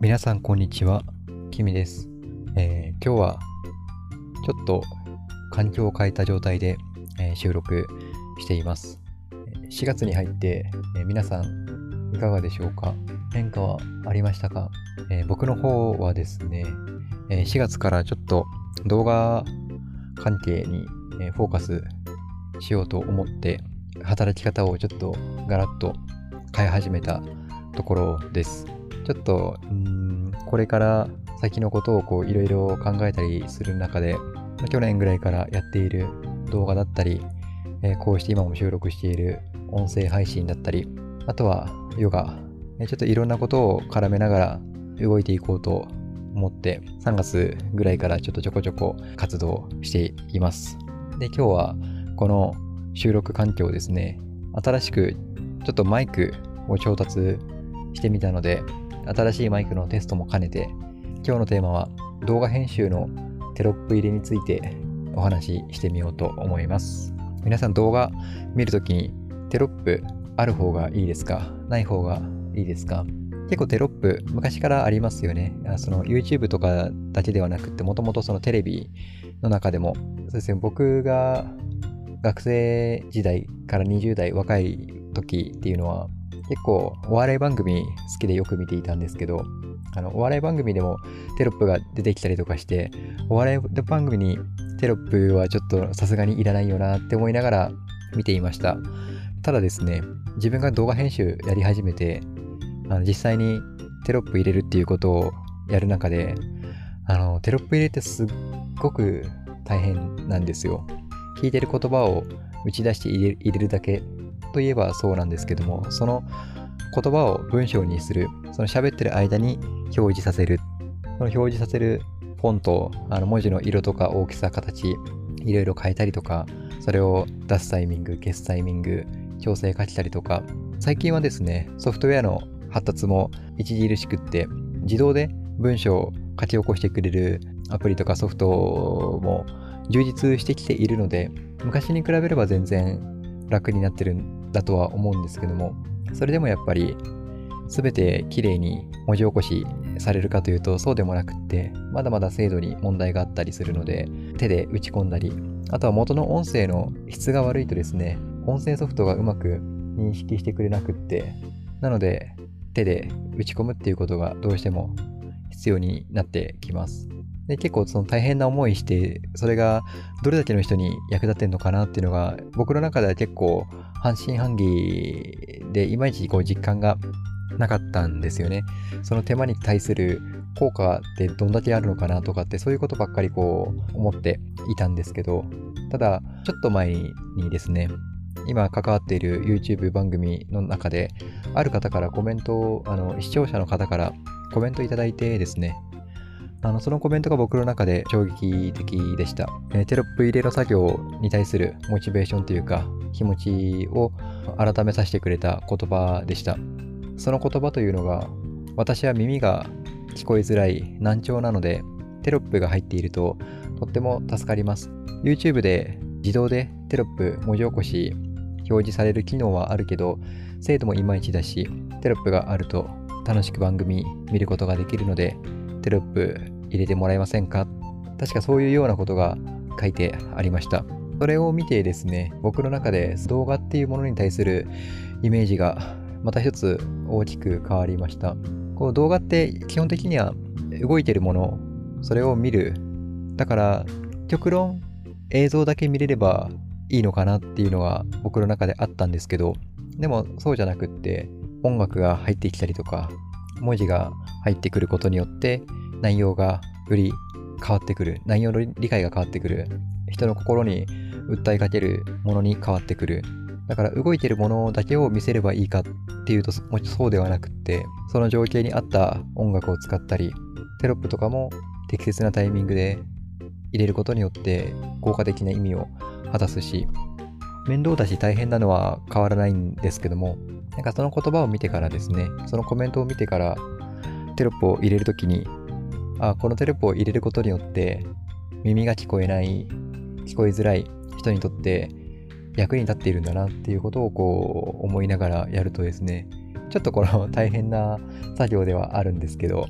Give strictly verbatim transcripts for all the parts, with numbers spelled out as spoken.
皆さんこんにちは、キミです。えー今日はちょっと環境を変えた状態で、えー収録しています。えーしがつに入って、えー皆さんいかがでしょうか？変化はありましたか？えー僕の方はですね、えーしがつからちょっと動画関係に、えーフォーカスしようと思って、働き方をちょっとガラッと変え始めたところです。ちょっと、うーん、これから先のことをこういろいろ考えたりする中で、まあ去年ぐらいからやっている動画だったり、えーこうして今も収録している音声配信だったり、あとはヨガ、えーちょっといろんなことを絡めながら動いていこうと思って、さんがつぐらいからちょっとちょこちょこ活動しています。で、今日はこの収録環境をですね、新しくちょっとマイクを調達してみたので、新しいマイクのテストも兼ねて、今日のテーマは動画編集のテロップ入れについてお話ししてみようと思います。皆さん動画見るときにテロップある方がいいですか？ない方がいいですか？結構テロップ昔からありますよね。あその YouTube とかだけではなくって、もともとそのテレビの中でも、そうですね、僕が学生時代からにじゅう代若い時っていうのは結構お笑い番組好きでよく見ていたんですけど、あのお笑い番組でもテロップが出てきたりとかして、お笑い番組にテロップはちょっとさすがにいらないよなって思いながら見ていました。ただですね、自分が動画編集やり始めて、あの実際にテロップ入れるっていうことをやる中で、あのテロップ入れてすっごく大変なんですよ。聞いてる言葉を打ち出して入れ入れるだけといえばそうなんですけども、その言葉を文章にする、その喋ってる間に表示させる、その表示させるフォント、あの文字の色とか大きさ、形、いろいろ変えたりとか、それを出すタイミング、消すタイミング、調整書けたりとか、最近はですね、ソフトウェアの発達も著しくって、自動で文章を書き起こしてくれるアプリとかソフトも充実してきているので、昔に比べれば全然楽になってるんだとは思うんですけども、それでもやっぱり全て綺麗に文字起こしされるかというとそうでもなくって、まだまだ精度に問題があったりするので、手で打ち込んだり、あとは元の音声の質が悪いとですね、音声ソフトがうまく認識してくれなくって、なので手で打ち込むっていうことがどうしても必要になってきます。で、結構その大変な思いして、それがどれだけの人に役立ってんのかなっていうのが、僕の中では結構半信半疑で、いまいちこう実感がなかったんですよね。その手間に対する効果ってどんだけあるのかなとかって、そういうことばっかりこう思っていたんですけど、ただ、ちょっと前にですね、今関わっている YouTube 番組の中で、ある方からコメントを、あの、視聴者の方からコメントいただいてですね、あのそのコメントが僕の中で衝撃的でした。えーテロップ入れの作業に対するモチベーションというか気持ちを改めさせてくれた言葉でした。その言葉というのが、私は耳が聞こえづらい難聴なのでテロップが入っているととっても助かります。YouTube で自動でテロップ文字起こし表示される機能はあるけど、精度もいまいちだし、テロップがあると楽しく番組見ることができるのでテロップ入れてもらえませんか？確かそういうようなことが書いてありました。それを見てですね、僕の中で動画っていうものに対するイメージがまた一つ大きく変わりました。こう動画って基本的には動いてるもの、それを見る。だから極論映像だけ見れればいいのかなっていうのが僕の中であったんですけど、でもそうじゃなくって音楽が入ってきたりとか文字が入ってくることによって内容がより変わってくる、内容の理解が変わってくる、人の心に訴えかけるものに変わってくる。だから動いてるものだけを見せればいいかっていうともちろんそうではなくって、その情景に合った音楽を使ったり、テロップとかも適切なタイミングで入れることによって効果的な意味を果たすし、面倒だし大変なのは変わらないんですけども、なんかその言葉を見てからですね、そのコメントを見てからテロップを入れるときに、あ、このテロップを入れることによって耳が聞こえない、聞こえづらい人にとって役に立っているんだなっていうことをこう思いながらやるとですね、ちょっとこの大変な作業ではあるんですけど、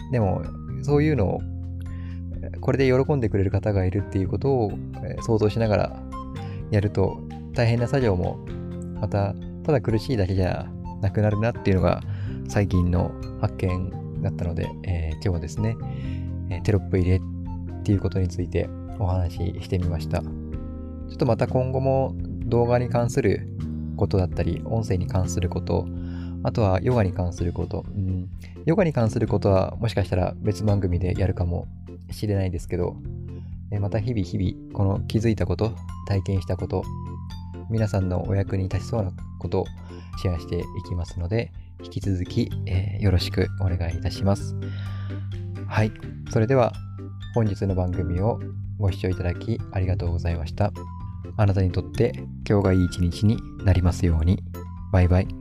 でも、そういうのを、これで喜んでくれる方がいるっていうことを想像しながらやると、大変な作業も、また、ただ苦しいだけじゃなくなるなっていうのが最近の発見だったので、えー、今日はですね、テロップ入れっていうことについてお話ししてみました。ちょっとまた今後も動画に関することだったり、音声に関すること、あとはヨガに関すること、うん、ヨガに関することはもしかしたら別番組でやるかもしれないですけど、また日々日々この気づいたこと、体験したこと、皆さんのお役に立ちそうなことをシェアしていきますので、引き続き、えー、よろしくお願いいたします。はい。それでは本日の番組をご視聴いただきありがとうございました。あなたにとって今日がいい一日になりますように。バイバイ。